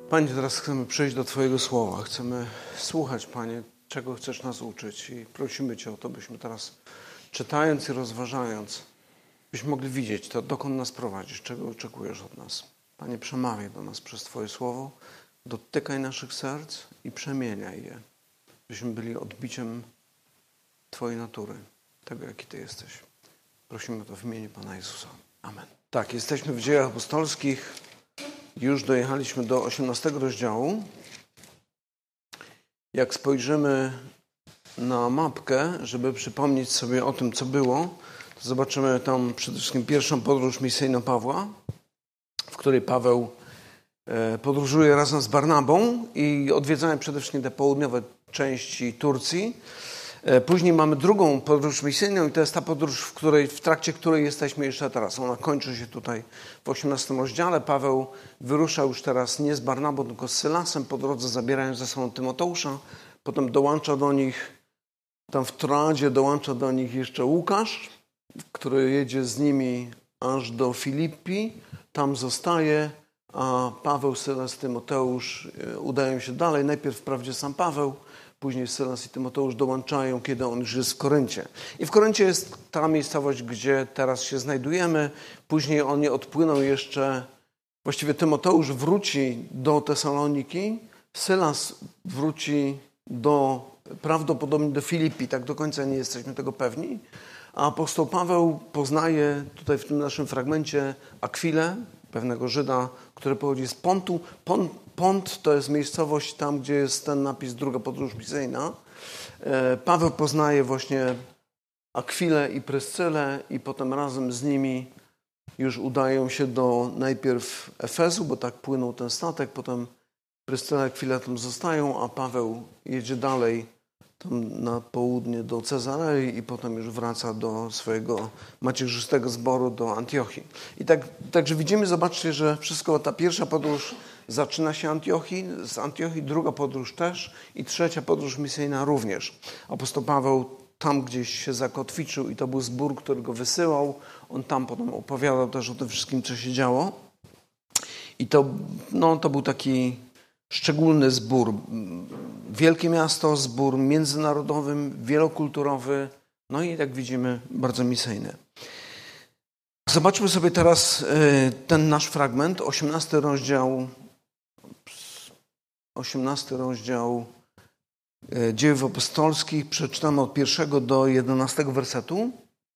Panie, teraz chcemy przejść do Twojego Słowa. Chcemy słuchać, Panie, czego chcesz nas uczyć. I prosimy Cię o to, byśmy teraz, czytając i rozważając, byśmy mogli widzieć to, dokąd nas prowadzisz, czego oczekujesz od nas. Panie, przemawiaj do nas przez Twoje Słowo, dotykaj naszych serc i przemieniaj je, byśmy byli odbiciem Twojej natury, tego, jaki Ty jesteś. Prosimy o to w imieniu Pana Jezusa. Amen. Tak, jesteśmy w Dziejach Apostolskich. Już dojechaliśmy do 18 rozdziału. Jak spojrzymy na mapkę, żeby przypomnieć sobie o tym, co było, to zobaczymy tam przede wszystkim pierwszą podróż misyjną Pawła, w której Paweł podróżuje razem z Barnabą i odwiedzają przede wszystkim te południowe części Turcji. Później mamy drugą podróż misyjną i to jest ta podróż, w trakcie której jesteśmy jeszcze teraz. Ona kończy się tutaj w 18 rozdziale. Paweł wyrusza już teraz nie z Barnabą, tylko z Sylasem. Po drodze zabierają ze sobą Tymoteusza. Potem dołącza do nich, tam w Troadzie dołącza do nich jeszcze Łukasz, który jedzie z nimi aż do Filipi. Tam zostaje, a Paweł, Sylas, Tymoteusz udają się dalej. Najpierw wprawdzie sam Paweł, później Sylas i Tymoteusz dołączają, kiedy on już jest w Koryncie. I w Koryncie jest ta miejscowość, gdzie teraz się znajdujemy. Później oni odpłyną jeszcze, właściwie Tymoteusz wróci do Tesaloniki, Sylas wróci prawdopodobnie do Filipi, tak do końca nie jesteśmy tego pewni. A apostoł Paweł poznaje tutaj w tym naszym fragmencie Akwilę, pewnego Żyda, który pochodzi z Pontu. Pont to jest miejscowość tam, gdzie jest ten napis druga podróż misyjna. Paweł poznaje właśnie Akwilę i Pryscylę i potem razem z nimi już udają się do najpierw Efezu, bo tak płynął ten statek, potem Pryscyla i Akwila tam zostają, a Paweł jedzie dalej tam na południe do Cezarei i potem już wraca do swojego macierzystego zboru, do Antiochii. I także widzimy, zobaczcie, że wszystko, ta pierwsza podróż zaczyna się z Antiochii, druga podróż też i trzecia podróż misyjna również. Apostoł Paweł tam gdzieś się zakotwiczył i to był zbór, który go wysyłał. On tam potem opowiadał też o tym wszystkim, co się działo. I to był taki szczególny zbór. Wielkie miasto, zbór międzynarodowy, wielokulturowy, no i jak widzimy bardzo misyjny. Zobaczmy sobie teraz ten nasz fragment, 18 rozdział Dziejów Apostolskich, przeczytamy od 1 do 11 wersetu.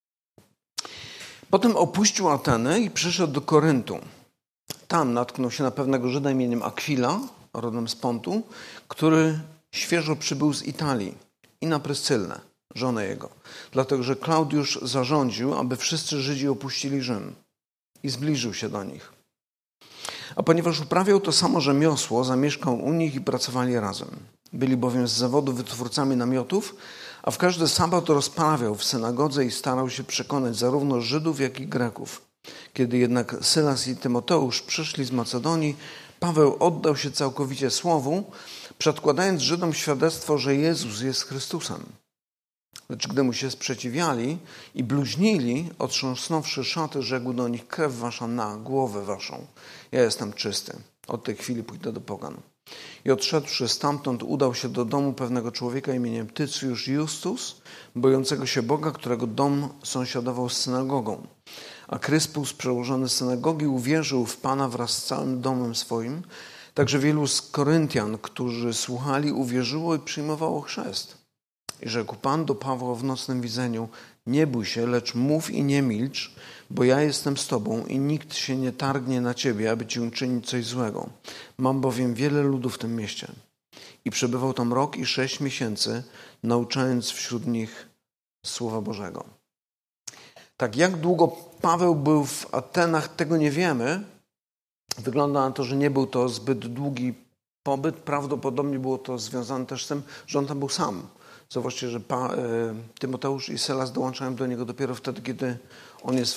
Potem opuścił Ateny i przyszedł do Koryntu. Tam natknął się na pewnego Żyda imieniem Akwila, rodem z Pontu, który świeżo przybył z Italii, i na Pryscylę, żonę jego. Dlatego, że Klaudiusz zarządził, aby wszyscy Żydzi opuścili Rzym i zbliżył się do nich. A ponieważ uprawiał to samo rzemiosło, zamieszkał u nich i pracowali razem. Byli bowiem z zawodu wytwórcami namiotów, a w każdy sabat rozprawiał w synagodze i starał się przekonać zarówno Żydów, jak i Greków. Kiedy jednak Sylas i Tymoteusz przyszli z Macedonii, Paweł oddał się całkowicie słowu, przedkładając Żydom świadectwo, że Jezus jest Chrystusem. Lecz gdy mu się sprzeciwiali i bluźnili, otrząsnąwszy szaty, rzekł do nich: krew wasza na głowę waszą. Ja jestem czysty. Od tej chwili pójdę do pogan. I odszedłszy stamtąd, udał się do domu pewnego człowieka imieniem Tycjusz Justus, bojącego się Boga, którego dom sąsiadował z synagogą. A Kryspus, przełożony synagogi, uwierzył w Pana wraz z całym domem swoim. Także wielu z Koryntian, którzy słuchali, uwierzyło i przyjmowało chrzest. I rzekł Pan do Pawła w nocnym widzeniu: nie bój się, lecz mów i nie milcz, bo ja jestem z Tobą i nikt się nie targnie na Ciebie, aby Ci uczynić coś złego. Mam bowiem wiele ludu w tym mieście. I przebywał tam rok i 6 miesięcy, nauczając wśród nich Słowa Bożego. Tak, jak długo Paweł był w Atenach, tego nie wiemy. Wygląda na to, że nie był to zbyt długi pobyt. Prawdopodobnie było to związane też z tym, że on tam był sam. Zobaczcie, że Tymoteusz i Sylas dołączają do niego dopiero wtedy, kiedy on jest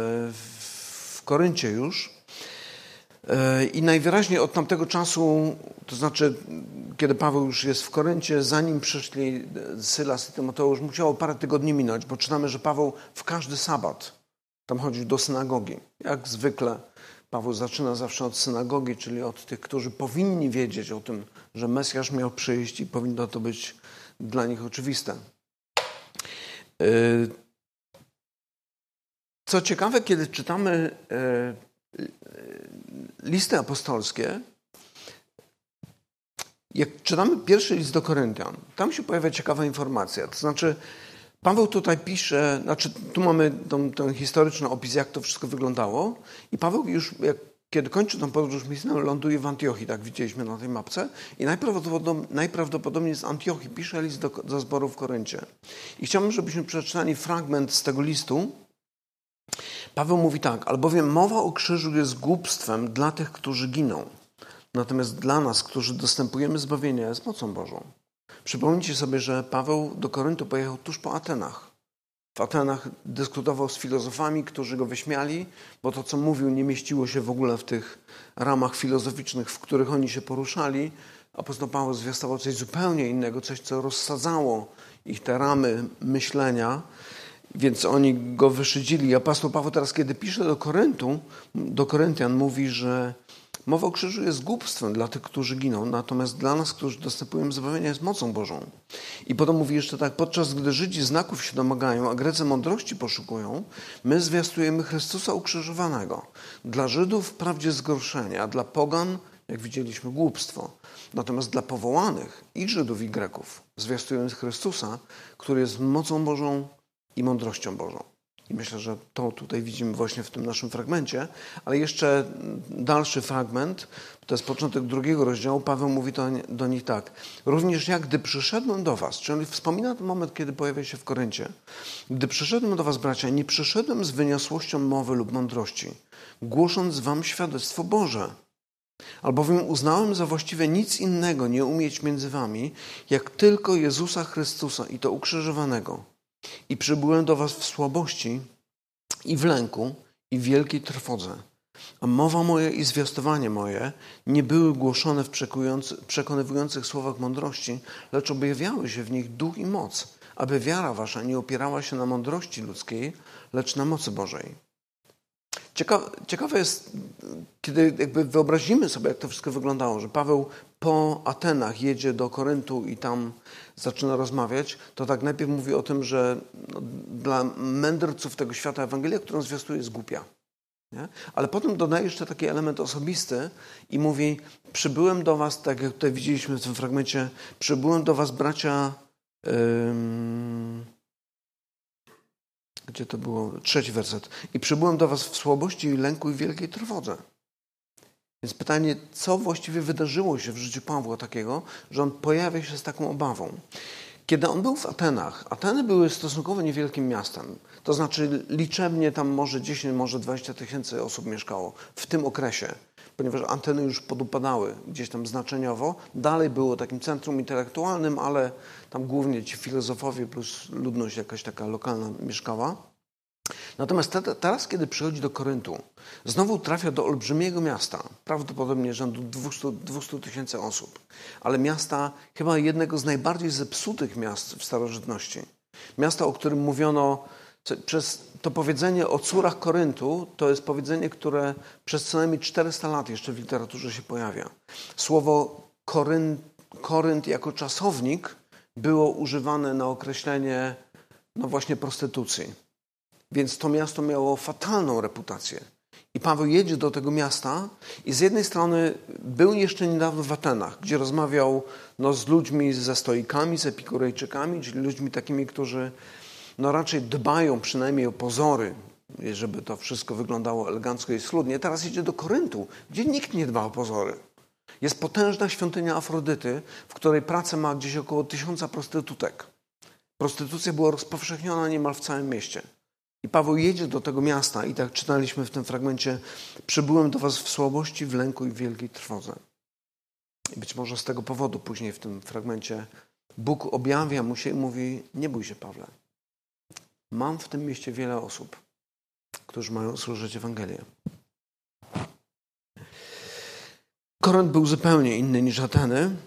w Koryncie już. I najwyraźniej od tamtego czasu, to znaczy kiedy Paweł już jest w Koryncie, zanim przyszli Sylas i Tymoteusz, musiało parę tygodni minąć, bo czytamy, że Paweł w każdy sabat tam chodził do synagogi. Jak zwykle Paweł zaczyna zawsze od synagogi, czyli od tych, którzy powinni wiedzieć o tym, że Mesjasz miał przyjść i powinno to być dla nich oczywiste. Co ciekawe, kiedy czytamy listy apostolskie, jak czytamy pierwszy list do Koryntian, tam się pojawia ciekawa informacja. To znaczy, Paweł tutaj pisze, tu mamy ten historyczny opis, jak to wszystko wyglądało. I Paweł już, kiedy kończy tą podróż misyjną, ląduje w Antiochii, tak widzieliśmy na tej mapce. I najprawdopodobniej z Antiochii pisze list do zboru w Koryncie. I chciałbym, żebyśmy przeczytali fragment z tego listu. Paweł mówi tak: albowiem mowa o krzyżu jest głupstwem dla tych, którzy giną. Natomiast dla nas, którzy dostępujemy zbawienia, jest mocą Bożą. Przypomnijcie sobie, że Paweł do Koryntu pojechał tuż po Atenach. W Atenach dyskutował z filozofami, którzy go wyśmiali, bo to, co mówił, nie mieściło się w ogóle w tych ramach filozoficznych, w których oni się poruszali. Apostoł Paweł zwiastował coś zupełnie innego, coś, co rozsadzało ich te ramy myślenia, więc oni go wyszydzili. I apostoł Paweł teraz, kiedy pisze do Koryntian, mówi, że mowa o krzyżu jest głupstwem dla tych, którzy giną, natomiast dla nas, którzy dostępują zbawienia, jest mocą Bożą. I potem mówi jeszcze tak: podczas gdy Żydzi znaków się domagają, a Grecy mądrości poszukują, my zwiastujemy Chrystusa ukrzyżowanego. Dla Żydów wprawdzie zgorszenie, a dla pogan, jak widzieliśmy, głupstwo. Natomiast dla powołanych i Żydów, i Greków zwiastujemy Chrystusa, który jest mocą Bożą i mądrością Bożą. I myślę, że to tutaj widzimy właśnie w tym naszym fragmencie. Ale jeszcze dalszy fragment, to jest początek 2 rozdziału. Paweł mówi do nich tak: również ja, gdy przyszedłem do was, czyli wspomina ten moment, kiedy pojawia się w Koryncie. Gdy przyszedłem do was, bracia, nie przyszedłem z wyniosłością mowy lub mądrości, głosząc wam świadectwo Boże. Albowiem uznałem za właściwe nic innego nie umieć między wami, jak tylko Jezusa Chrystusa i to ukrzyżowanego. I przybyłem do was w słabości i w lęku i w wielkiej trwodze. A mowa moja i zwiastowanie moje nie były głoszone w przekonywujących słowach mądrości, lecz objawiały się w nich duch i moc, aby wiara wasza nie opierała się na mądrości ludzkiej, lecz na mocy Bożej. Ciekawe jest, kiedy jakby wyobrazimy sobie, jak to wszystko wyglądało, że Paweł po Atenach jedzie do Koryntu i tam zaczyna rozmawiać, to tak najpierw mówi o tym, że dla mędrców tego świata Ewangelia, którą zwiastuje, jest głupia. Nie? Ale potem dodaje jeszcze taki element osobisty i mówi: przybyłem do was, tak jak tutaj widzieliśmy w tym fragmencie, przybyłem do was, bracia... Gdzie to było? 3 werset. I przybyłem do was w słabości i lęku i wielkiej trwodze. Więc pytanie, co właściwie wydarzyło się w życiu Pawła takiego, że on pojawia się z taką obawą. Kiedy on był w Atenach, Ateny były stosunkowo niewielkim miastem. To znaczy liczebnie tam może 10, może 20 tysięcy osób mieszkało w tym okresie. Ponieważ Ateny już podupadały gdzieś tam znaczeniowo. Dalej było takim centrum intelektualnym, ale tam głównie ci filozofowie plus ludność jakaś taka lokalna mieszkała. Natomiast teraz, kiedy przychodzi do Koryntu, znowu trafia do olbrzymiego miasta, prawdopodobnie rzędu 200 tysięcy osób, ale miasta chyba jednego z najbardziej zepsutych miast w starożytności. Miasta, o którym mówiono przez to powiedzenie o córach Koryntu, to jest powiedzenie, które przez co najmniej 400 lat jeszcze w literaturze się pojawia. Słowo Korynt jako czasownik było używane na określenie właśnie prostytucji. Więc to miasto miało fatalną reputację. I Paweł jedzie do tego miasta i z jednej strony był jeszcze niedawno w Atenach, gdzie rozmawiał z ludźmi, ze stoikami, z epikurejczykami, czyli ludźmi takimi, którzy raczej dbają przynajmniej o pozory, żeby to wszystko wyglądało elegancko i schludnie. Teraz jedzie do Koryntu, gdzie nikt nie dba o pozory. Jest potężna świątynia Afrodyty, w której pracę ma gdzieś około 1000 prostytutek. Prostytucja była rozpowszechniona niemal w całym mieście. I Paweł jedzie do tego miasta i tak czytaliśmy w tym fragmencie: przybyłem do was w słabości, w lęku i w wielkiej trwodze. I być może z tego powodu później w tym fragmencie Bóg objawia mu się i mówi: nie bój się, Pawle. Mam w tym mieście wiele osób, którzy mają służyć Ewangelię. Korynt był zupełnie inny niż Ateny.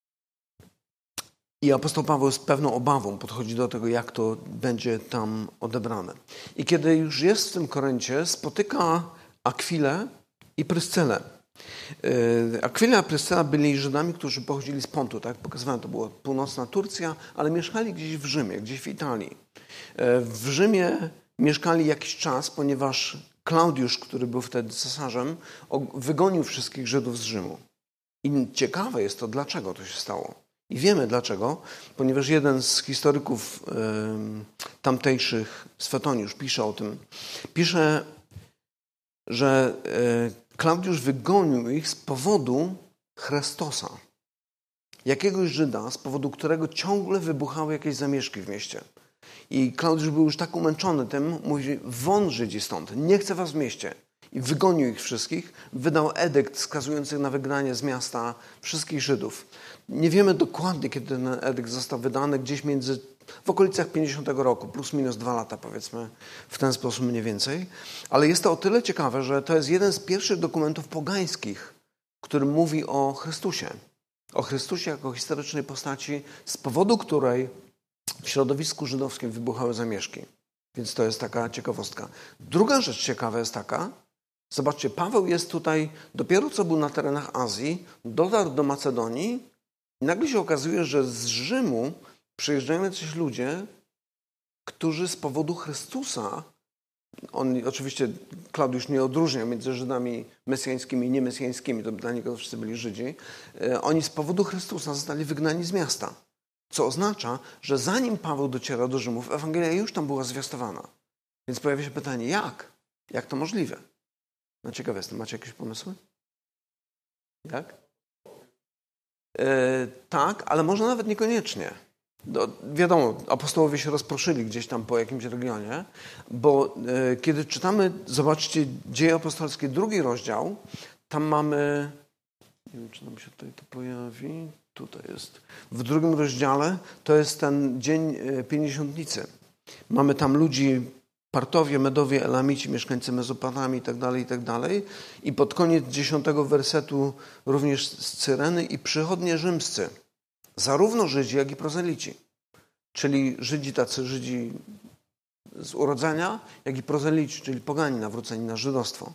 I apostoł Paweł z pewną obawą podchodzi do tego, jak to będzie tam odebrane. I kiedy już jest w tym Koryncie, spotyka Akwilę i Pryscylę. Akwila i Pryscyla byli Żydami, którzy pochodzili z Pontu, tak? Pokazywałem, to była północna Turcja, ale mieszkali gdzieś w Rzymie, gdzieś w Italii. W Rzymie mieszkali jakiś czas, ponieważ Klaudiusz, który był wtedy cesarzem, wygonił wszystkich Żydów z Rzymu. I ciekawe jest to, dlaczego to się stało. I wiemy dlaczego, ponieważ jeden z historyków tamtejszych, Swetoniusz, pisze o tym. Pisze, że Klaudiusz wygonił ich z powodu Chrystosa. Jakiegoś Żyda, z powodu którego ciągle wybuchały jakieś zamieszki w mieście. I Klaudiusz był już tak umęczony tym, mówi, won Żydzi stąd, nie chcę was w mieście. I wygonił ich wszystkich, wydał edykt skazujący na wygnanie z miasta wszystkich Żydów. Nie wiemy dokładnie, kiedy ten edykt został wydany, gdzieś w okolicach 50 roku, plus minus 2 lata powiedzmy, w ten sposób mniej więcej. Ale jest to o tyle ciekawe, że to jest jeden z pierwszych dokumentów pogańskich, który mówi o Chrystusie. O Chrystusie jako historycznej postaci, z powodu której w środowisku żydowskim wybuchały zamieszki. Więc to jest taka ciekawostka. Druga rzecz ciekawa jest taka, zobaczcie, Paweł jest tutaj, dopiero co był na terenach Azji, dotarł do Macedonii i nagle się okazuje, że z Rzymu przyjeżdżają jacyś ludzie, którzy z powodu Chrystusa, on oczywiście, Klaudiusz nie odróżniał między Żydami mesjańskimi i niemesjańskimi, to dla niego wszyscy byli Żydzi, oni z powodu Chrystusa zostali wygnani z miasta. Co oznacza, że zanim Paweł dociera do Rzymu, Ewangelia już tam była zwiastowana. Więc pojawia się pytanie, jak? Jak to możliwe? No ciekawe jestem, macie jakieś pomysły? Jak? Tak, ale może nawet niekoniecznie. Wiadomo, apostołowie się rozproszyli gdzieś tam po jakimś regionie, bo kiedy czytamy, zobaczcie, Dzieje Apostolskie, 2 rozdział, tam mamy, nie wiem, czy nam się tutaj to pojawi, tutaj jest, w 2 rozdziale to jest ten dzień Pięćdziesiątnicy. Mamy tam ludzi, Partowie, Medowie, Elamici, mieszkańcy Mezopotamii itd. I pod koniec 10 wersetu również z Cyreny i przychodnie rzymscy. Zarówno Żydzi, jak i prozelici. Czyli Żydzi z urodzenia, jak i prozelici, czyli pogani nawróceni na żydostwo.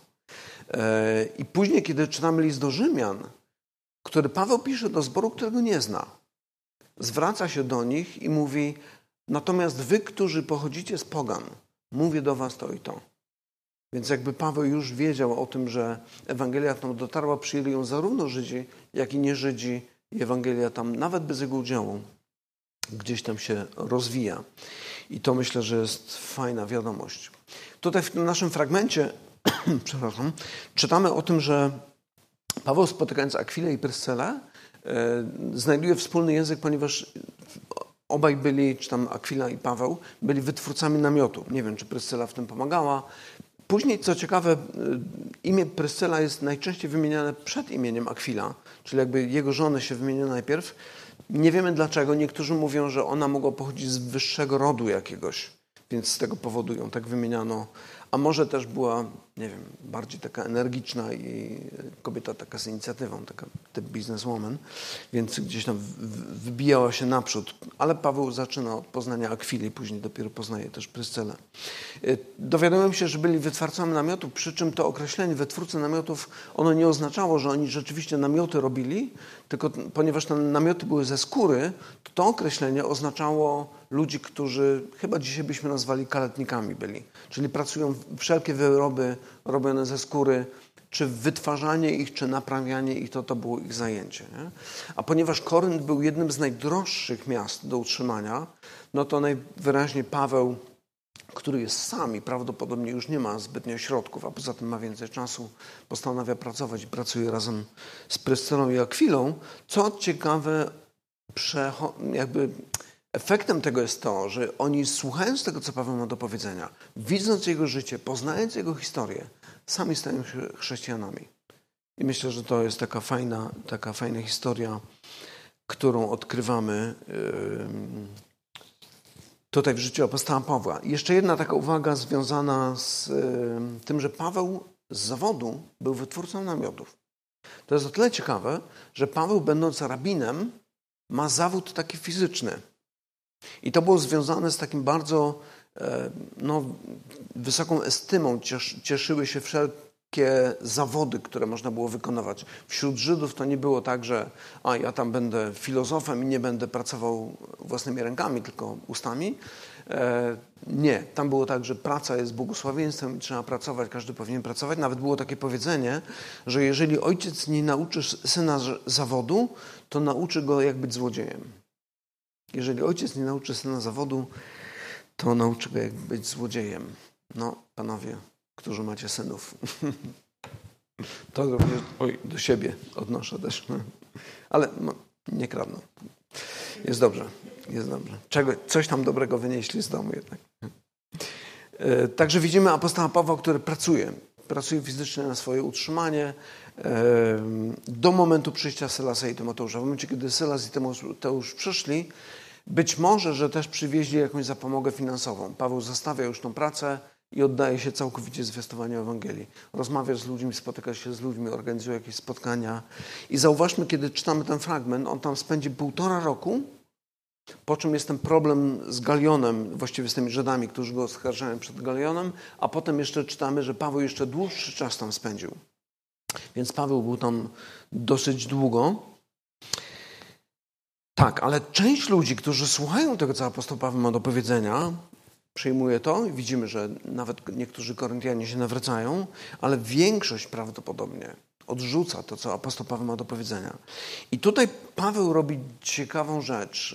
I później, kiedy czytamy list do Rzymian, który Paweł pisze do zboru, którego nie zna, zwraca się do nich i mówi, natomiast wy, którzy pochodzicie z pogan, mówię do was to i to. Więc jakby Paweł już wiedział o tym, że Ewangelia tam dotarła, przyjęli ją zarówno Żydzi, jak i nie Żydzi. I Ewangelia tam, nawet bez jego udziału, gdzieś tam się rozwija. I to myślę, że jest fajna wiadomość. Tutaj w tym naszym fragmencie czytamy o tym, że Paweł, spotykając Akwilę i Pryscylę, znajduje wspólny język, ponieważ obaj byli, czy tam Akwila i Paweł, byli wytwórcami namiotu. Nie wiem, czy Pryscyla w tym pomagała. Później, co ciekawe, imię Pryscyla jest najczęściej wymieniane przed imieniem Akwila, czyli jakby jego żony się wymienia najpierw. Nie wiemy dlaczego. Niektórzy mówią, że ona mogła pochodzić z wyższego rodu jakiegoś, więc z tego powodu ją tak wymieniano. A może też była, nie wiem, bardziej taka energiczna i kobieta taka z inicjatywą, taka typ businesswoman, więc gdzieś tam wybijała się naprzód. Ale Paweł zaczyna od poznania Akwili, później dopiero poznaje też Pryscylę. Dowiadujemy się, że byli wytwórcami namiotów, przy czym to określenie wytwórcy namiotów, ono nie oznaczało, że oni rzeczywiście namioty robili, tylko ponieważ te namioty były ze skóry, to określenie oznaczało ludzi, którzy chyba dzisiaj byśmy nazwali kaletnikami byli. Czyli pracują wszelkie wyroby robione ze skóry, czy wytwarzanie ich, czy naprawianie ich, to było ich zajęcie. Nie? A ponieważ Korynt był jednym z najdroższych miast do utrzymania, no to najwyraźniej Paweł, który jest sam i prawdopodobnie już nie ma zbytnio środków, a poza tym ma więcej czasu, postanawia pracować i pracuje razem z Pryscylą i Akwilą. Co ciekawe, jakby efektem tego jest to, że oni słuchając tego, co Paweł ma do powiedzenia, widząc jego życie, poznając jego historię, sami stają się chrześcijanami. I myślę, że to jest taka fajna historia, którą odkrywamy tutaj w życiu apostoła Pawła. I jeszcze jedna taka uwaga związana z tym, że Paweł z zawodu był wytwórcą namiotów. To jest o tyle ciekawe, że Paweł, będąc rabinem, ma zawód taki fizyczny. I to było związane z takim bardzo wysoką estymą. Cieszyły się zawody, które można było wykonywać. Wśród Żydów to nie było tak, że ja tam będę filozofem i nie będę pracował własnymi rękami, tylko ustami. Nie, tam było tak, że praca jest błogosławieństwem i trzeba pracować, każdy powinien pracować. Nawet było takie powiedzenie, że jeżeli ojciec nie nauczy syna zawodu, to nauczy go, jak być złodziejem. Jeżeli ojciec nie nauczy syna zawodu, to nauczy go, jak być złodziejem. No, panowie, którzy macie synów. To również do siebie odnoszę też. Ale nie kradną. Jest dobrze. Coś tam dobrego wynieśli z domu jednak. Także widzimy apostoła Pawła, który pracuje fizycznie na swoje utrzymanie do momentu przyjścia Sylasa i Tymoteusza. W momencie, kiedy Sylas i Tymoteusz przyszli, być może, że też przywieźli jakąś zapomogę finansową. Paweł zostawia już tą pracę i oddaje się całkowicie zwiastowaniu Ewangelii. Rozmawia z ludźmi, spotyka się z ludźmi, organizuje jakieś spotkania. I zauważmy, kiedy czytamy ten fragment, on tam spędzi 1,5 roku, po czym jest ten problem z Galionem, właściwie z tymi Żydami, którzy go oskarżają przed Galionem, a potem jeszcze czytamy, że Paweł jeszcze dłuższy czas tam spędził. Więc Paweł był tam dosyć długo. Tak, ale część ludzi, którzy słuchają tego, co apostoł Paweł ma do powiedzenia, przyjmuje to i widzimy, że nawet niektórzy Koryntianie się nawracają, ale większość prawdopodobnie odrzuca to, co apostoł Paweł ma do powiedzenia. I tutaj Paweł robi ciekawą rzecz.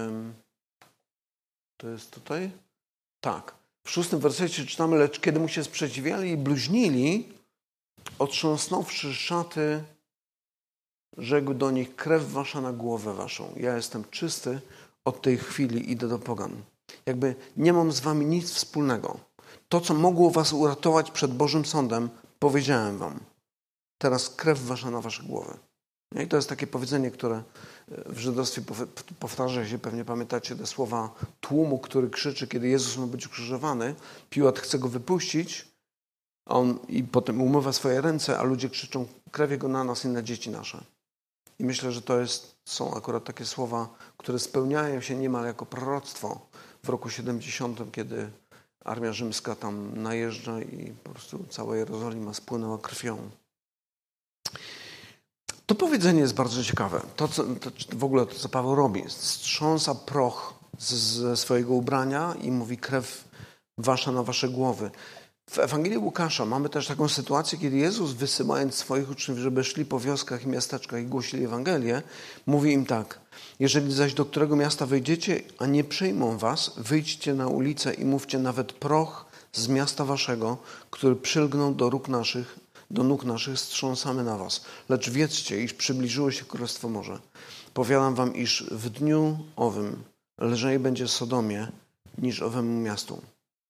To jest tutaj? Tak. W 6 wersecie czytamy, lecz kiedy mu się sprzeciwiali i bluźnili, otrząsnąwszy szaty, rzekł do nich: krew wasza na głowę waszą. Ja jestem czysty, od tej chwili idę do pogan. Jakby nie mam z wami nic wspólnego. To, co mogło was uratować przed Bożym Sądem, powiedziałem wam. Teraz krew wasza na wasze głowy. I to jest takie powiedzenie, które w żydowstwie powtarza się, pewnie pamiętacie te słowa tłumu, który krzyczy, kiedy Jezus ma być ukrzyżowany. Piłat chce go wypuścić, i potem umywa swoje ręce, a ludzie krzyczą: krew jego na nas i na dzieci nasze. I myślę, że są akurat takie słowa, które spełniają się niemal jako proroctwo w roku 70, kiedy armia rzymska tam najeżdża i po prostu cała Jerozolima spłynęła krwią. To powiedzenie jest bardzo ciekawe. W ogóle to, co Paweł robi, strząsa proch ze swojego ubrania i mówi: krew wasza na wasze głowy. W Ewangelii Łukasza mamy też taką sytuację, kiedy Jezus, wysyłając swoich uczniów, żeby szli po wioskach i miasteczkach i głosili Ewangelię, mówi im tak: jeżeli zaś do którego miasta wejdziecie, a nie przyjmą was, wyjdźcie na ulicę i mówcie: nawet proch z miasta waszego, który przylgnął do nóg naszych, strząsamy na was. Lecz wiedzcie, iż przybliżyło się Królestwo Boże. Powiadam wam, iż w dniu owym lżej będzie Sodomie niż owemu miastu.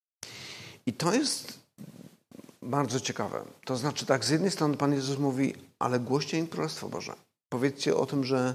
I to jest bardzo ciekawe. To znaczy tak, z jednej strony Pan Jezus mówi: ale głoście im Królestwo Boże. Powiedzcie o tym, że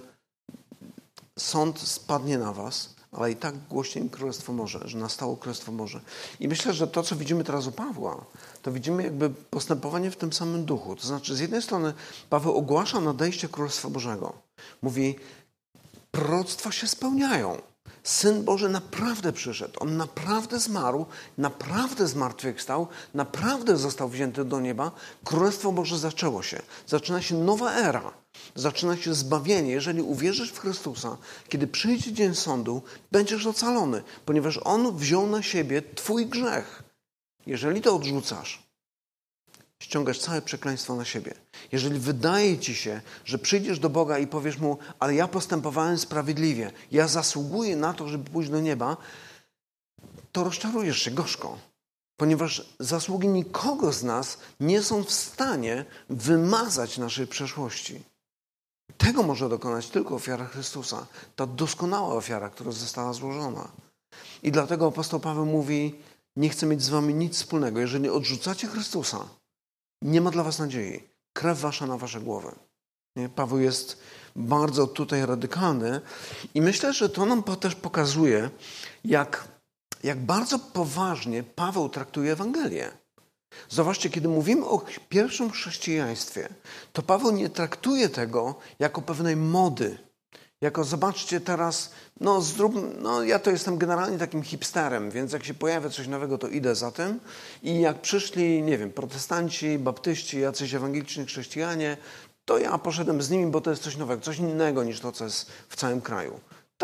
sąd spadnie na was, ale i tak głoście im Królestwo Boże, że nastało Królestwo Boże. I myślę, że to, co widzimy teraz u Pawła, to widzimy jakby postępowanie w tym samym duchu. To znaczy, z jednej strony Paweł ogłasza nadejście Królestwa Bożego. Mówi: proroctwa się spełniają. Syn Boży naprawdę przyszedł. On naprawdę zmarł, naprawdę zmartwychwstał, naprawdę został wzięty do nieba. Królestwo Boże zaczęło się. Zaczyna się nowa era. Zaczyna się zbawienie. Jeżeli uwierzysz w Chrystusa, kiedy przyjdzie dzień sądu, będziesz ocalony, ponieważ On wziął na siebie twój grzech. Jeżeli to odrzucasz, ściągasz całe przekleństwo na siebie. Jeżeli wydaje ci się, że przyjdziesz do Boga i powiesz Mu: ale ja postępowałem sprawiedliwie, ja zasługuję na to, żeby pójść do nieba, to rozczarujesz się gorzko. Ponieważ zasługi nikogo z nas nie są w stanie wymazać naszej przeszłości. Tego może dokonać tylko ofiara Chrystusa. Ta doskonała ofiara, która została złożona. I dlatego apostoł Paweł mówi: nie chcę mieć z wami nic wspólnego. Jeżeli odrzucacie Chrystusa, nie ma dla was nadziei. Krew wasza na wasze głowy. Nie? Paweł jest bardzo tutaj radykalny i myślę, że to nam też pokazuje, jak bardzo poważnie Paweł traktuje Ewangelię. Zobaczcie, kiedy mówimy o pierwszym chrześcijaństwie, to Paweł nie traktuje tego jako pewnej mody, Jako zobaczcie teraz, ja to jestem generalnie takim hipsterem, więc jak się pojawia coś nowego, to idę za tym. I jak przyszli, nie wiem, protestanci, baptyści, jacyś ewangeliczni chrześcijanie, to ja poszedłem z nimi, bo to jest coś nowego, coś innego niż to, co jest w całym kraju.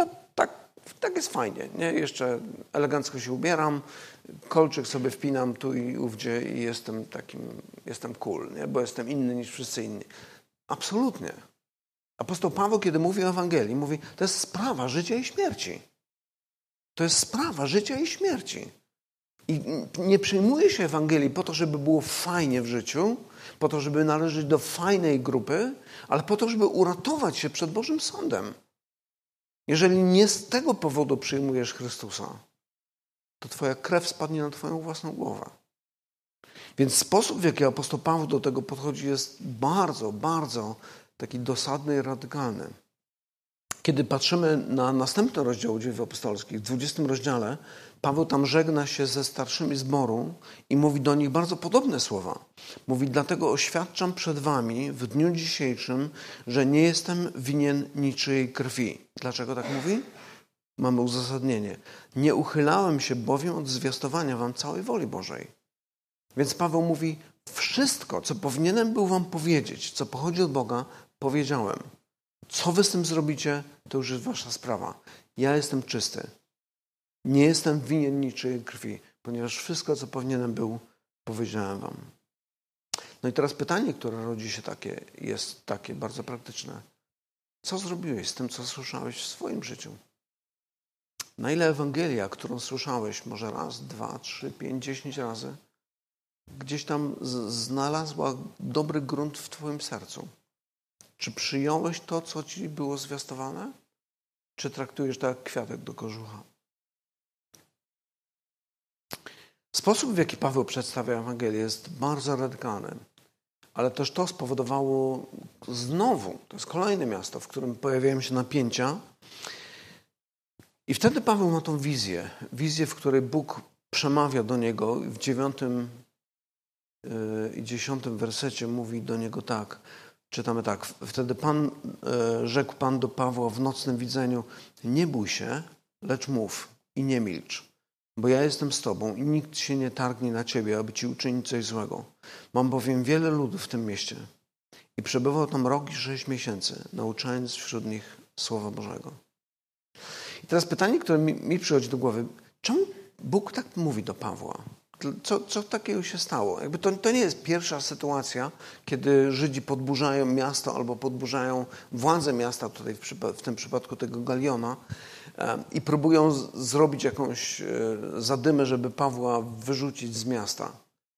Tak jest fajnie, nie? Jeszcze elegancko się ubieram, kolczyk sobie wpinam tu i ówdzie i jestem cool, nie? Bo jestem inny niż wszyscy inni. Absolutnie. Apostoł Paweł, kiedy mówi o Ewangelii, mówi, to jest sprawa życia i śmierci. To jest sprawa życia i śmierci. I nie przyjmuje się Ewangelii po to, żeby było fajnie w życiu, po to, żeby należeć do fajnej grupy, ale po to, żeby uratować się przed Bożym Sądem. Jeżeli nie z tego powodu przyjmujesz Chrystusa, to twoja krew spadnie na twoją własną głowę. Więc sposób, w jaki apostoł Paweł do tego podchodzi, jest bardzo, bardzo taki dosadny i radykalny. Kiedy patrzymy na następny rozdział Dziejów Apostolskich, w 20 rozdziale, Paweł tam żegna się ze starszymi zboru i mówi do nich bardzo podobne słowa. Mówi, dlatego oświadczam przed wami w dniu dzisiejszym, że nie jestem winien niczyjej krwi. Dlaczego tak mówi? Mamy uzasadnienie. Nie uchylałem się bowiem od zwiastowania wam całej woli Bożej. Więc Paweł mówi, wszystko, co powinienem był wam powiedzieć, co pochodzi od Boga, powiedziałem. Co wy z tym zrobicie, to już jest wasza sprawa. Ja jestem czysty. Nie jestem winien niczyjej krwi, ponieważ wszystko, co powinienem był, powiedziałem wam. No i teraz pytanie, które rodzi się jest takie bardzo praktyczne. Co zrobiłeś z tym, co słyszałeś w swoim życiu? Na ile Ewangelia, którą słyszałeś może raz, 2, 3, 5, 10 razy, gdzieś tam znalazła dobry grunt w twoim sercu? Czy przyjąłeś to, co ci było zwiastowane? Czy traktujesz to jak kwiatek do kożucha? Sposób, w jaki Paweł przedstawia Ewangelię, jest bardzo radykalny. Ale też to spowodowało znowu, to jest kolejne miasto, w którym pojawiają się napięcia. I wtedy Paweł ma tą wizję. Wizję, w której Bóg przemawia do niego. W 9 i 10 wersecie mówi do niego tak. Czytamy tak. Wtedy rzekł Pan do Pawła w nocnym widzeniu: nie bój się, lecz mów i nie milcz. Bo ja jestem z tobą i nikt się nie targnie na ciebie, aby ci uczynić coś złego. Mam bowiem wiele ludu w tym mieście. I przebywał tam rok i 6 miesięcy, nauczając wśród nich Słowa Bożego. I teraz pytanie, które mi przychodzi do głowy. Czemu Bóg tak mówi do Pawła? Co takiego się stało? Jakby to nie jest pierwsza sytuacja, kiedy Żydzi podburzają miasto albo podburzają władzę miasta, tutaj w tym przypadku tego Galiona, i próbują zrobić jakąś zadymę, żeby Pawła wyrzucić z miasta.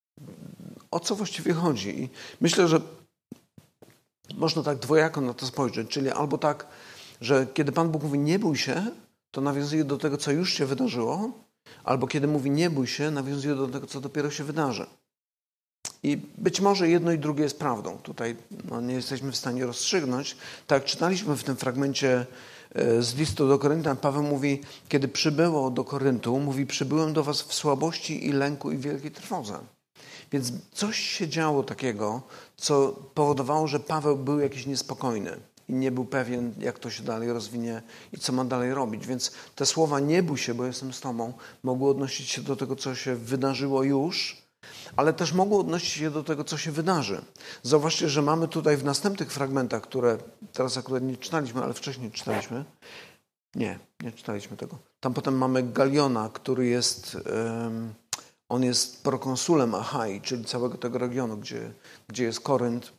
O co właściwie chodzi? I myślę, że można tak dwojako na to spojrzeć, czyli albo tak, że kiedy Pan Bóg mówi nie bój się, to nawiązuje do tego, co już się wydarzyło, albo kiedy mówi nie bój się, nawiązuje do tego, co dopiero się wydarzy. I być może jedno i drugie jest prawdą. Tutaj nie jesteśmy w stanie rozstrzygnąć. Tak jak czytaliśmy w tym fragmencie z listu do Koryntian, Paweł mówi, kiedy przybyło do Koryntu, mówi, przybyłem do was w słabości i lęku i wielkiej trwodze. Więc coś się działo takiego, co powodowało, że Paweł był jakiś niespokojny i nie był pewien, jak to się dalej rozwinie i co ma dalej robić. Więc te słowa nie bój się, bo jestem z tobą, mogły odnosić się do tego, co się wydarzyło już, ale też mogło odnosić się do tego, co się wydarzy. Zauważcie, że mamy tutaj w następnych fragmentach, które teraz akurat nie czytaliśmy, ale wcześniej czytaliśmy. Nie czytaliśmy tego. Tam potem mamy Galiona, który jest... On jest prokonsulem Achai, czyli całego tego regionu, gdzie jest Korynt.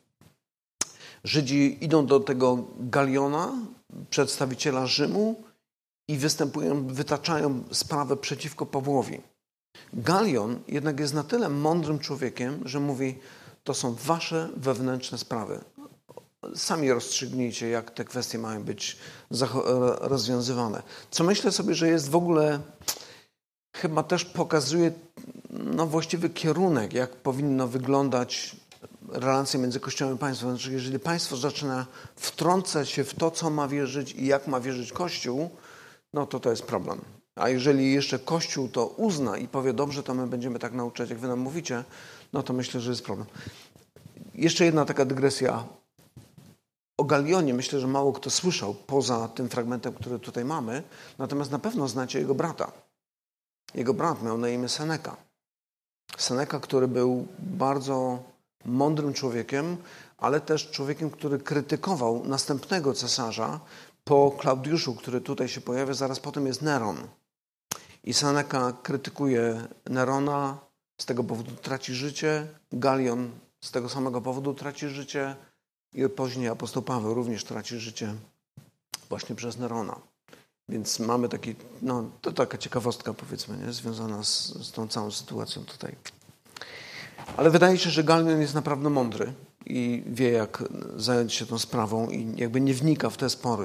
Żydzi idą do tego Galiona, przedstawiciela Rzymu, i wytaczają sprawę przeciwko Pawłowi. Galion jednak jest na tyle mądrym człowiekiem, że mówi, to są wasze wewnętrzne sprawy. Sami rozstrzygnijcie, jak te kwestie mają być rozwiązywane. Co myślę sobie, że jest w ogóle... chyba też pokazuje właściwy kierunek, jak powinno wyglądać relacja między Kościołem i państwem. Znaczy, jeżeli państwo zaczyna wtrącać się w to, co ma wierzyć i jak ma wierzyć Kościół, no to jest problem. A jeżeli jeszcze Kościół to uzna i powie, dobrze, to my będziemy tak nauczać, jak wy nam mówicie, no to myślę, że jest problem. Jeszcze jedna taka dygresja. O Galionie myślę, że mało kto słyszał poza tym fragmentem, który tutaj mamy, natomiast na pewno znacie jego brata. Jego brat miał na imię Seneka. Seneka, który był bardzo mądrym człowiekiem, ale też człowiekiem, który krytykował następnego cesarza po Klaudiuszu, który tutaj się pojawia, zaraz potem jest Neron. I Seneka krytykuje Nerona, z tego powodu traci życie, Galion z tego samego powodu traci życie i później apostoł Paweł również traci życie właśnie przez Nerona. Więc mamy taki, to taka ciekawostka, powiedzmy, nie? Związana z tą całą sytuacją tutaj. Ale wydaje się, że Galion jest naprawdę mądry i wie, jak zająć się tą sprawą i jakby nie wnika w te spory.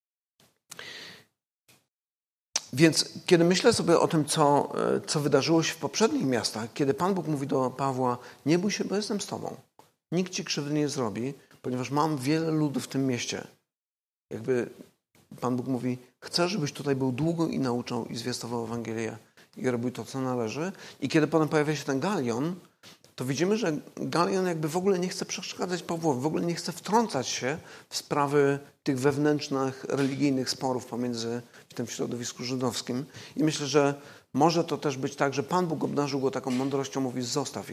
Więc kiedy myślę sobie o tym, co wydarzyło się w poprzednich miastach, kiedy Pan Bóg mówi do Pawła, nie bój się, bo jestem z tobą. Nikt ci krzywdy nie zrobi, ponieważ mam wiele ludu w tym mieście. Jakby Pan Bóg mówi, chcę, żebyś tutaj był długo i nauczał i zwiastował Ewangelię i robił to, co należy. I kiedy potem pojawia się ten Galion, to widzimy, że Galion jakby w ogóle nie chce przeszkadzać Pawłowi, w ogóle nie chce wtrącać się w sprawy tych wewnętrznych, religijnych sporów pomiędzy w tym środowisku żydowskim. I myślę, że może to też być tak, że Pan Bóg obdarzył go taką mądrością, mówi zostaw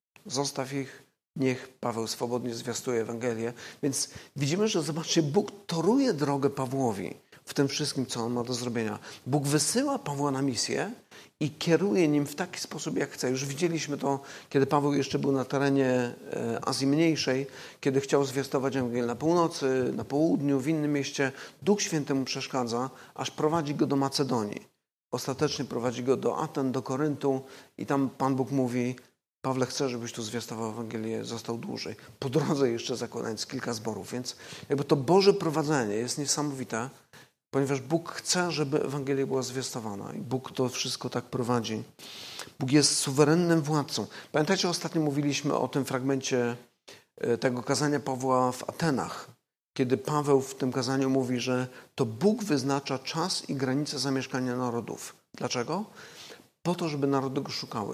ich, niech Paweł swobodnie zwiastuje Ewangelię. Więc widzimy, że zobaczcie, Bóg toruje drogę Pawłowi w tym wszystkim, co on ma do zrobienia. Bóg wysyła Pawła na misję i kieruje nim w taki sposób, jak chce. Już widzieliśmy to, kiedy Paweł jeszcze był na terenie Azji Mniejszej, kiedy chciał zwiastować Ewangelię na północy, na południu, w innym mieście. Duch Święty mu przeszkadza, aż prowadzi go do Macedonii. Ostatecznie prowadzi go do Aten, do Koryntu i tam Pan Bóg mówi, Pawle, chcę, żebyś tu zwiastował Ewangelię, został dłużej. Po drodze jeszcze zakładając kilka zborów. Więc jakby to Boże prowadzenie jest niesamowite, ponieważ Bóg chce, żeby Ewangelia była zwiastowana. I Bóg to wszystko tak prowadzi. Bóg jest suwerennym władcą. Pamiętacie, ostatnio mówiliśmy o tym fragmencie tego kazania Pawła w Atenach, kiedy Paweł w tym kazaniu mówi, że to Bóg wyznacza czas i granice zamieszkania narodów. Dlaczego? Po to, żeby narody go szukały.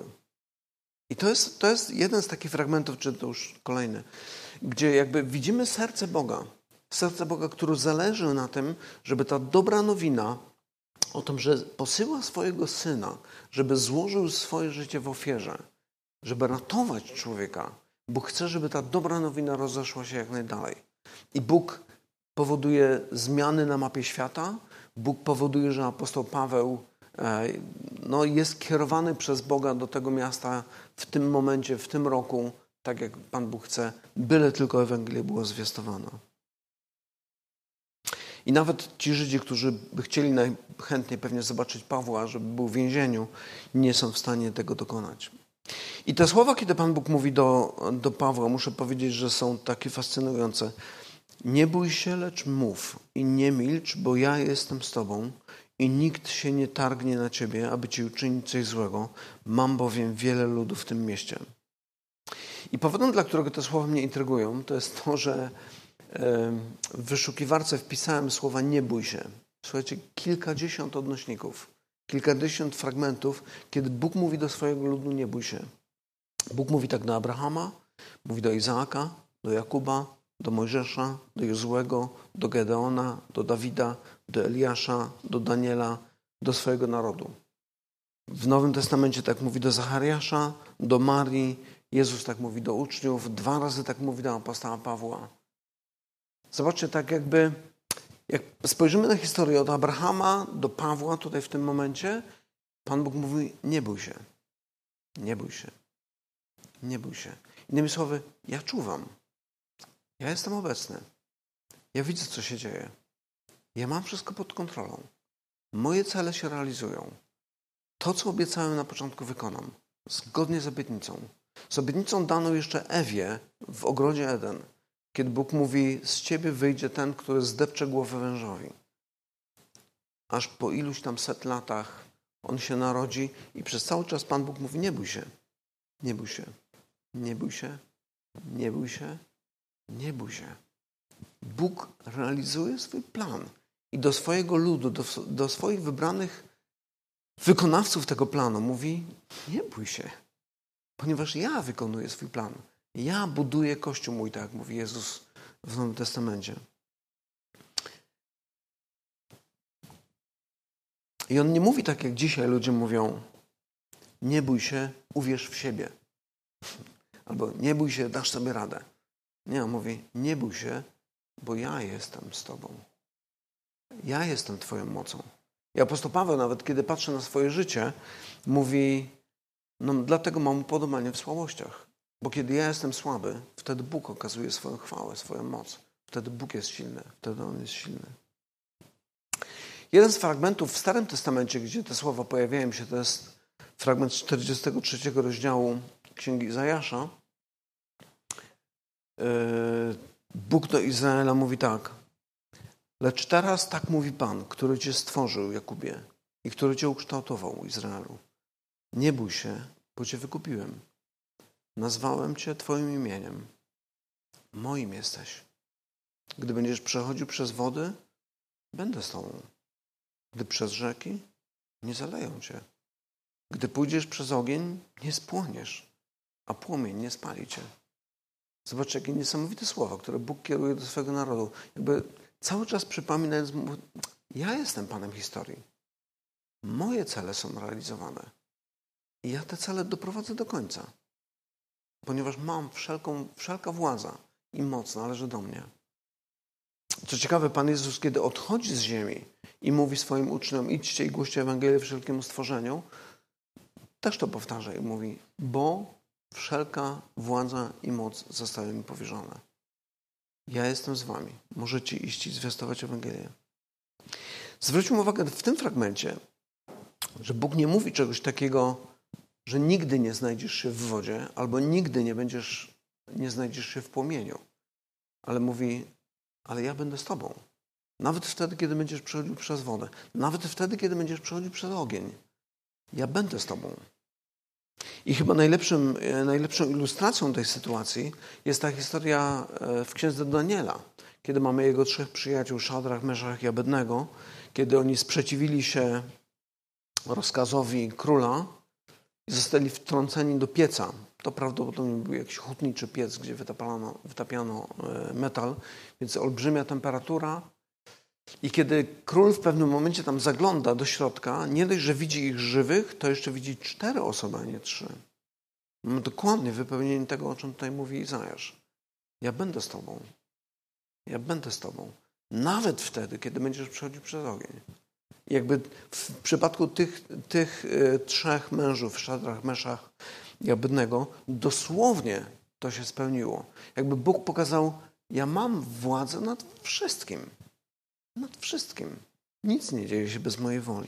I to jest jeden z takich fragmentów, czy to już kolejny, gdzie jakby widzimy serce Boga, który zależy na tym, żeby ta dobra nowina o tym, że posyła swojego Syna, żeby złożył swoje życie w ofierze, żeby ratować człowieka. Bóg chce, żeby ta dobra nowina rozeszła się jak najdalej. I Bóg powoduje zmiany na mapie świata. Bóg powoduje, że apostoł Paweł jest kierowany przez Boga do tego miasta w tym momencie, w tym roku, tak jak Pan Bóg chce, byle tylko Ewangelia była zwiastowana. I nawet ci Żydzi, którzy by chcieli najchętniej pewnie zobaczyć Pawła, żeby był w więzieniu, nie są w stanie tego dokonać. I te słowa, kiedy Pan Bóg mówi do Pawła, muszę powiedzieć, że są takie fascynujące. Nie bój się, lecz mów i nie milcz, bo ja jestem z tobą i nikt się nie targnie na ciebie, aby ci uczynić coś złego. Mam bowiem wiele ludu w tym mieście. I powodem, dla którego te słowa mnie intrygują, to jest to, że w wyszukiwarce wpisałem słowa nie bój się. Słuchajcie, kilkadziesiąt odnośników, kilkadziesiąt fragmentów, kiedy Bóg mówi do swojego ludu nie bój się. Bóg mówi tak do Abrahama, mówi do Izaaka, do Jakuba, do Mojżesza, do Jozłego, do Gedeona, do Dawida, do Eliasza, do Daniela, do swojego narodu. W Nowym Testamencie tak mówi do Zachariasza, do Marii, Jezus tak mówi do uczniów, 2 razy tak mówi do apostoła Pawła. Zobaczcie, tak jakby, jak spojrzymy na historię od Abrahama do Pawła tutaj w tym momencie, Pan Bóg mówi, nie bój się, nie bój się, nie bój się. Innymi słowy, ja czuwam, ja jestem obecny, ja widzę, co się dzieje, ja mam wszystko pod kontrolą, moje cele się realizują. To, co obiecałem na początku, wykonam, zgodnie z obietnicą daną jeszcze Ewie w ogrodzie Eden. Kiedy Bóg mówi, z ciebie wyjdzie ten, który zdepcze głowę wężowi. Aż po iluś tam 100 latach on się narodzi i przez cały czas Pan Bóg mówi, nie bój się, nie bój się, nie bój się, nie bój się, nie bój się. Bóg realizuje swój plan i do swojego ludu, do swoich wybranych wykonawców tego planu mówi, nie bój się, ponieważ ja wykonuję swój plan. Ja buduję Kościół mój, tak jak mówi Jezus w Nowym Testamencie. I on nie mówi tak, jak dzisiaj ludzie mówią: nie bój się, uwierz w siebie. Albo nie bój się, dasz sobie radę. Nie, on mówi: nie bój się, bo ja jestem z tobą. Ja jestem twoją mocą. I apostoł Paweł, nawet kiedy patrzy na swoje życie, mówi: no dlatego mam upodobanie w słabościach. Bo kiedy ja jestem słaby, wtedy Bóg okazuje swoją chwałę, swoją moc. Wtedy Bóg jest silny. Wtedy On jest silny. Jeden z fragmentów w Starym Testamencie, gdzie te słowa pojawiają się, to jest fragment 43 rozdziału Księgi Izajasza. Bóg do Izraela mówi tak: lecz teraz tak mówi Pan, który cię stworzył, Jakubie, i który cię ukształtował, Izraelu. Nie bój się, bo cię wykupiłem. Nazwałem cię twoim imieniem. Moim jesteś. Gdy będziesz przechodził przez wody, będę z tobą. Gdy przez rzeki, nie zaleją cię. Gdy pójdziesz przez ogień, nie spłoniesz, a płomień nie spali cię. Zobaczcie, jakie niesamowite słowa, które Bóg kieruje do swego narodu. Jakby cały czas przypominając mu: ja jestem Panem historii. Moje cele są realizowane. I ja te cele doprowadzę do końca. Ponieważ mam wszelka władza i moc należy do mnie. Co ciekawe, Pan Jezus, kiedy odchodzi z ziemi i mówi swoim uczniom: idźcie i głoście Ewangelię wszelkiemu stworzeniu, też to powtarza i mówi: bo wszelka władza i moc zostały mi powierzone. Ja jestem z wami. Możecie iść i zwiastować Ewangelię. Zwróćmy uwagę w tym fragmencie, że Bóg nie mówi czegoś takiego, że nigdy nie znajdziesz się w wodzie albo nigdy nie znajdziesz się w płomieniu. Ale mówi: ale ja będę z tobą. Nawet wtedy, kiedy będziesz przechodził przez wodę. Nawet wtedy, kiedy będziesz przechodził przez ogień. Ja będę z tobą. I chyba najlepszą ilustracją tej sytuacji jest ta historia w księdze Daniela, kiedy mamy jego 3 przyjaciół, Szadrach, Meszach i Abednego, kiedy oni sprzeciwili się rozkazowi króla i zostali wtrąceni do pieca. To prawdopodobnie był jakiś hutniczy piec, gdzie wytapiano metal, więc olbrzymia temperatura. I kiedy król w pewnym momencie tam zagląda do środka, nie dość, że widzi ich żywych, to jeszcze widzi 4 osoby, a nie 3. Mamy dokładnie wypełnienie tego, o czym tutaj mówi Izajasz. Ja będę z tobą. Ja będę z tobą. Nawet wtedy, kiedy będziesz przechodził przez ogień. I jakby w przypadku tych 3 mężów, Szadrach, Meszach i Abednego, dosłownie to się spełniło. Jakby Bóg pokazał: ja mam władzę nad wszystkim. Nad wszystkim. Nic nie dzieje się bez mojej woli.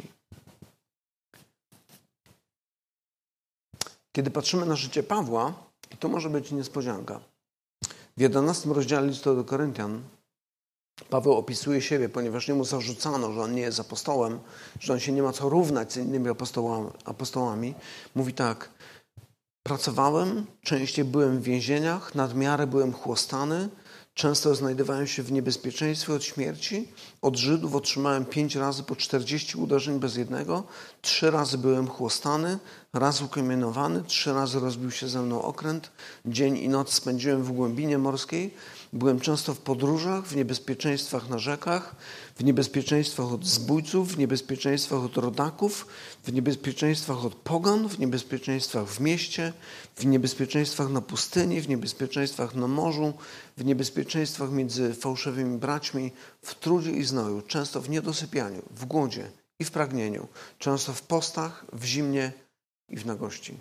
Kiedy patrzymy na życie Pawła, to może być niespodzianka. W 11 rozdziale listu do Koryntian Paweł opisuje siebie, ponieważ jemu zarzucano, że on nie jest apostołem, że on się nie ma co równać z innymi apostołami. Mówi tak: pracowałem, częściej byłem w więzieniach, nadmiarę byłem chłostany, często znajdowałem się w niebezpieczeństwie od śmierci. Od Żydów otrzymałem 5 razy po 40 uderzeń bez jednego. 3 razy byłem chłostany, raz ukamienowany, 3 razy rozbił się ze mną okręt. Dzień i noc spędziłem w głębinie morskiej. Byłem często w podróżach, w niebezpieczeństwach na rzekach, w niebezpieczeństwach od zbójców, w niebezpieczeństwach od rodaków, w niebezpieczeństwach od pogan, w niebezpieczeństwach w mieście, w niebezpieczeństwach na pustyni, w niebezpieczeństwach na morzu, w niebezpieczeństwach między fałszywymi braćmi, w trudzie i znoju, często w niedosypianiu, w głodzie i w pragnieniu, często w postach, w zimnie i w nagości.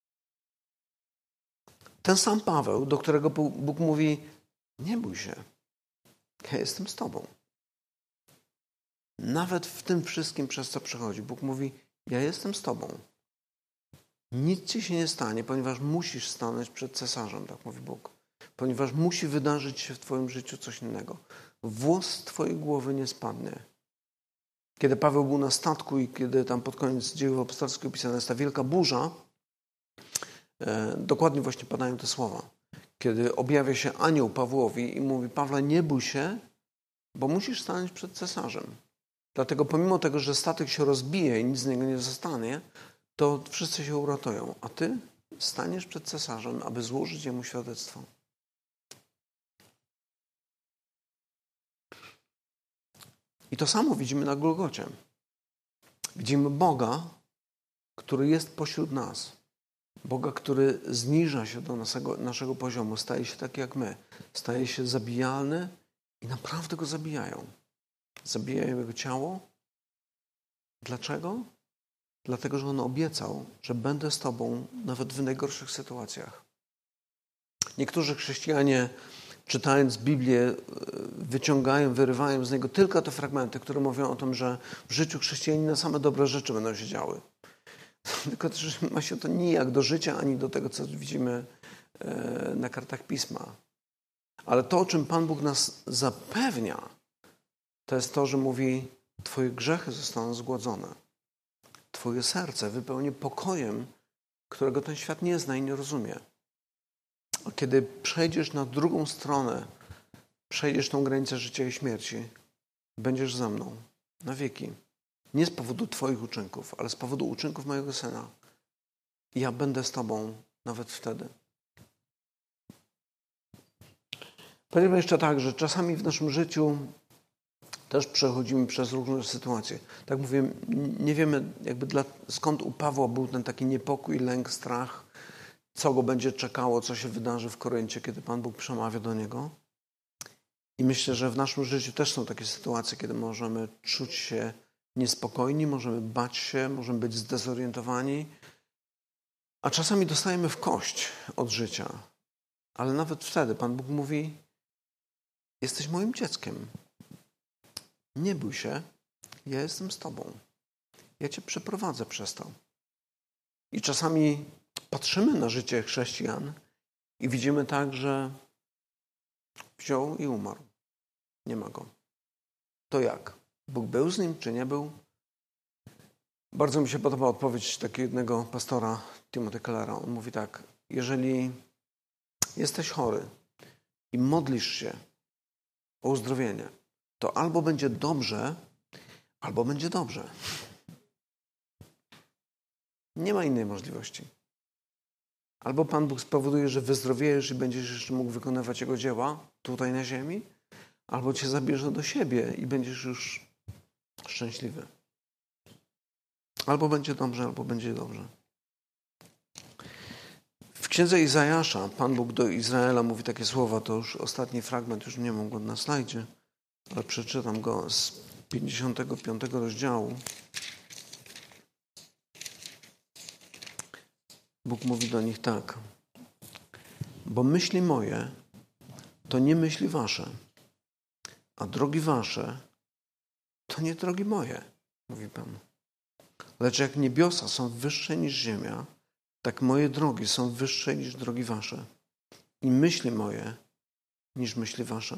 Ten sam Paweł, do którego Bóg mówi: nie bój się, ja jestem z tobą. Nawet w tym wszystkim, przez co przechodzi, Bóg mówi: ja jestem z tobą. Nic ci się nie stanie, ponieważ musisz stanąć przed cesarzem, tak mówi Bóg. Ponieważ musi wydarzyć się w twoim życiu coś innego. Włos z twojej głowy nie spadnie. Kiedy Paweł był na statku i kiedy tam pod koniec Dziejów Apostolskich opisana jest ta wielka burza, dokładnie właśnie padają te słowa. Kiedy objawia się anioł Pawłowi i mówi: Pawle, nie bój się, bo musisz stanąć przed cesarzem. Dlatego pomimo tego, że statek się rozbije i nic z niego nie zostanie, to wszyscy się uratują. A ty staniesz przed cesarzem, aby złożyć jemu świadectwo. I to samo widzimy na Golgocie. Widzimy Boga, który jest pośród nas. Boga, który zniża się do naszego poziomu, staje się taki jak my. Staje się zabijalny i naprawdę go zabijają. Zabijają jego ciało. Dlaczego? Dlatego, że on obiecał, że będę z tobą nawet w najgorszych sytuacjach. Niektórzy chrześcijanie, czytając Biblię, wyciągają, wyrywają z niego tylko te fragmenty, które mówią o tym, że w życiu chrześcijanina same dobre rzeczy będą się działy. Tylko też ma się to nijak do życia, ani do tego, co widzimy na kartach Pisma. Ale to, o czym Pan Bóg nas zapewnia, to jest to, że mówi, twoje grzechy zostaną zgładzone. Twoje serce wypełni pokojem, którego ten świat nie zna i nie rozumie. A kiedy przejdziesz na drugą stronę, przejdziesz tą granicę życia i śmierci, będziesz ze mną na wieki. Nie z powodu twoich uczynków, ale z powodu uczynków mojego Syna. I ja będę z tobą nawet wtedy. Powiem jeszcze tak, że czasami w naszym życiu też przechodzimy przez różne sytuacje. Tak mówię, nie wiemy skąd u Pawła był ten taki niepokój, lęk, strach, co go będzie czekało, co się wydarzy w Koryncie, kiedy Pan Bóg przemawia do niego. I myślę, że w naszym życiu też są takie sytuacje, kiedy możemy czuć się niespokojni, możemy bać się, możemy być zdezorientowani, a czasami dostajemy w kość od życia. Ale nawet wtedy Pan Bóg mówi, jesteś moim dzieckiem. Nie bój się, ja jestem z tobą. Ja cię przeprowadzę przez to. I czasami patrzymy na życie chrześcijan i widzimy tak, że wziął i umarł. Nie ma go. To jak? Bóg był z nim, czy nie był? Bardzo mi się podoba odpowiedź takiego jednego pastora, Timothy Kellera. On mówi tak, jeżeli jesteś chory i modlisz się o uzdrowienie, to albo będzie dobrze, albo będzie dobrze. Nie ma innej możliwości. Albo Pan Bóg spowoduje, że wyzdrowiejesz i będziesz jeszcze mógł wykonywać Jego dzieła tutaj na ziemi, albo cię zabierze do siebie i będziesz już szczęśliwy. Albo będzie dobrze, albo będzie dobrze. W księdze Izajasza Pan Bóg do Izraela mówi takie słowa, to już ostatni fragment, już nie mam go na slajdzie, ale przeczytam go z 55 rozdziału. Bóg mówi do nich tak. Bo myśli moje to nie myśli wasze, a drogi wasze to nie drogi moje, mówi Pan. Lecz jak niebiosa są wyższe niż ziemia, tak moje drogi są wyższe niż drogi wasze i myśli moje niż myśli wasze.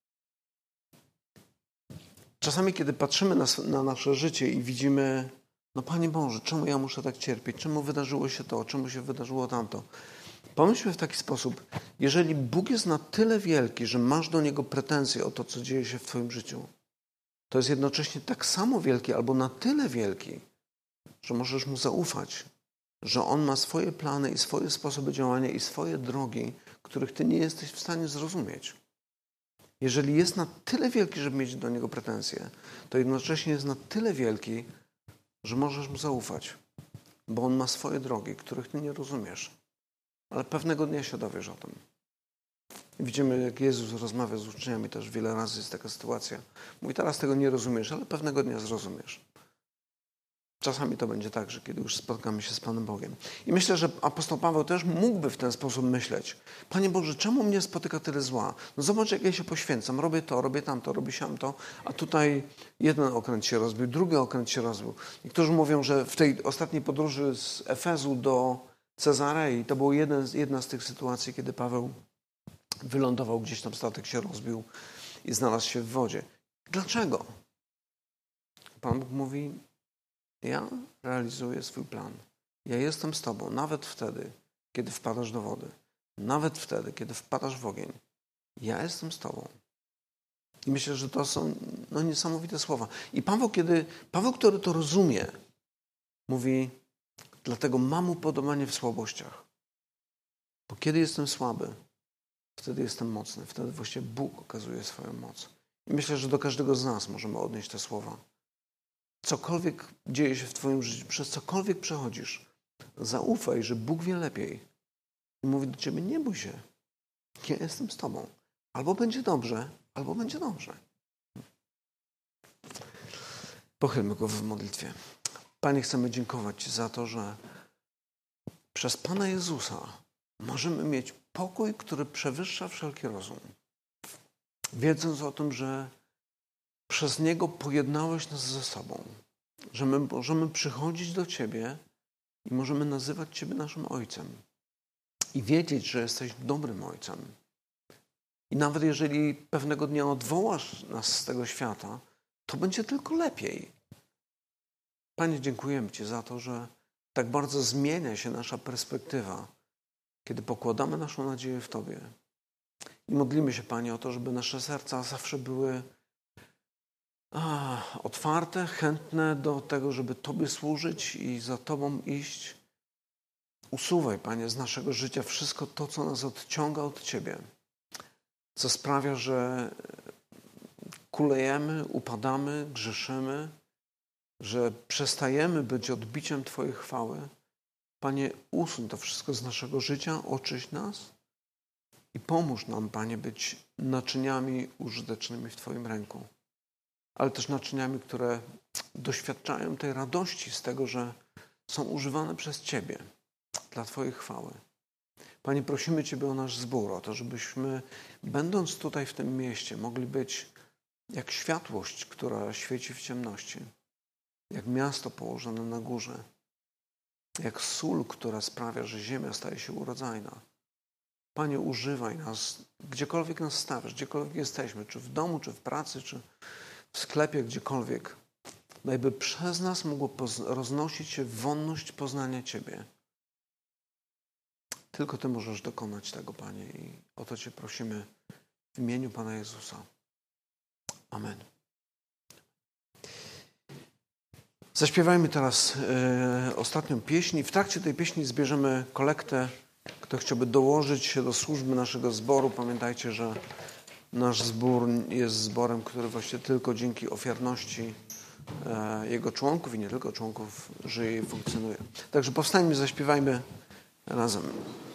Czasami, kiedy patrzymy na nasze życie i widzimy, no Panie Boże, czemu ja muszę tak cierpieć? Czemu wydarzyło się to? Czemu się wydarzyło tamto? Pomyślmy w taki sposób, jeżeli Bóg jest na tyle wielki, że masz do Niego pretensje o to, co dzieje się w Twoim życiu, to jest jednocześnie tak samo wielki albo na tyle wielki, że możesz Mu zaufać, że On ma swoje plany i swoje sposoby działania i swoje drogi, których Ty nie jesteś w stanie zrozumieć. Jeżeli jest na tyle wielki, żeby mieć do Niego pretensje, to jednocześnie jest na tyle wielki, że możesz Mu zaufać, bo On ma swoje drogi, których Ty nie rozumiesz. Ale pewnego dnia się dowiesz o tym. Widzimy, jak Jezus rozmawia z uczniami, też wiele razy jest taka sytuacja. Mówi, teraz tego nie rozumiesz, ale pewnego dnia zrozumiesz. Czasami to będzie tak, że kiedy już spotkamy się z Panem Bogiem. I myślę, że apostoł Paweł też mógłby w ten sposób myśleć. Panie Boże, czemu mnie spotyka tyle zła? No zobacz, jak ja się poświęcam. Robię to, robię tamto, robię siamto, a tutaj jeden okręt się rozbił, drugi okręt się rozbił. Niektórzy mówią, że w tej ostatniej podróży z Efezu do Cezarei to była jedna z tych sytuacji, kiedy Paweł wylądował gdzieś tam, statek się rozbił i znalazł się w wodzie. Dlaczego? Pan Bóg mówi, ja realizuję swój plan. Ja jestem z Tobą, nawet wtedy, kiedy wpadasz do wody. Nawet wtedy, kiedy wpadasz w ogień. Ja jestem z Tobą. I myślę, że to są niesamowite słowa. I Paweł, który to rozumie, mówi, dlatego mam upodobanie w słabościach. Bo kiedy jestem słaby, wtedy jestem mocny. Wtedy właściwie Bóg okazuje swoją moc. I myślę, że do każdego z nas możemy odnieść te słowa. cokolwiek dzieje się w twoim życiu, przez cokolwiek przechodzisz, zaufaj, że Bóg wie lepiej. I mówi do ciebie, nie bój się. Ja jestem z tobą. Albo będzie dobrze, albo będzie dobrze. Pochylmy go w modlitwie. Panie, chcemy dziękować Ci za to, że przez Pana Jezusa możemy mieć pokój, który przewyższa wszelki rozum. Wiedząc o tym, że przez Niego pojednałeś nas ze sobą. Że my możemy przychodzić do Ciebie i możemy nazywać Ciebie naszym Ojcem. I wiedzieć, że jesteś dobrym Ojcem. I nawet jeżeli pewnego dnia odwołasz nas z tego świata, to będzie tylko lepiej. Panie, dziękujemy Ci za to, że tak bardzo zmienia się nasza perspektywa, kiedy pokładamy naszą nadzieję w Tobie. I modlimy się, Panie, o to, żeby nasze serca zawsze były otwarte, chętne do tego, żeby Tobie służyć i za Tobą iść. Usuwaj, Panie, z naszego życia wszystko to, co nas odciąga od Ciebie, co sprawia, że kulejemy, upadamy, grzeszymy, że przestajemy być odbiciem Twojej chwały. Panie, usuń to wszystko z naszego życia, oczyść nas i pomóż nam, Panie, być naczyniami użytecznymi w Twoim ręku. Ale też naczyniami, które doświadczają tej radości z tego, że są używane przez Ciebie dla Twojej chwały. Panie, prosimy Ciebie o nasz zbór, o to, żebyśmy, będąc tutaj w tym mieście, mogli być jak światłość, która świeci w ciemności. Jak miasto położone na górze. Jak sól, która sprawia, że ziemia staje się urodzajna. Panie, używaj nas, gdziekolwiek nas stawiasz, gdziekolwiek jesteśmy, czy w domu, czy w pracy, czy w sklepie, gdziekolwiek. Dajby przez nas mogło roznosić się wonność poznania Ciebie. Tylko Ty możesz dokonać tego, Panie, i o to Cię prosimy w imieniu Pana Jezusa. Amen. Zaśpiewajmy teraz ostatnią pieśń. W trakcie tej pieśni zbierzemy kolektę. Kto chciałby dołożyć się do służby naszego zboru, pamiętajcie, że nasz zbór jest zborem, który właśnie tylko dzięki ofiarności jego członków i nie tylko członków żyje i funkcjonuje. Także powstańmy, zaśpiewajmy razem.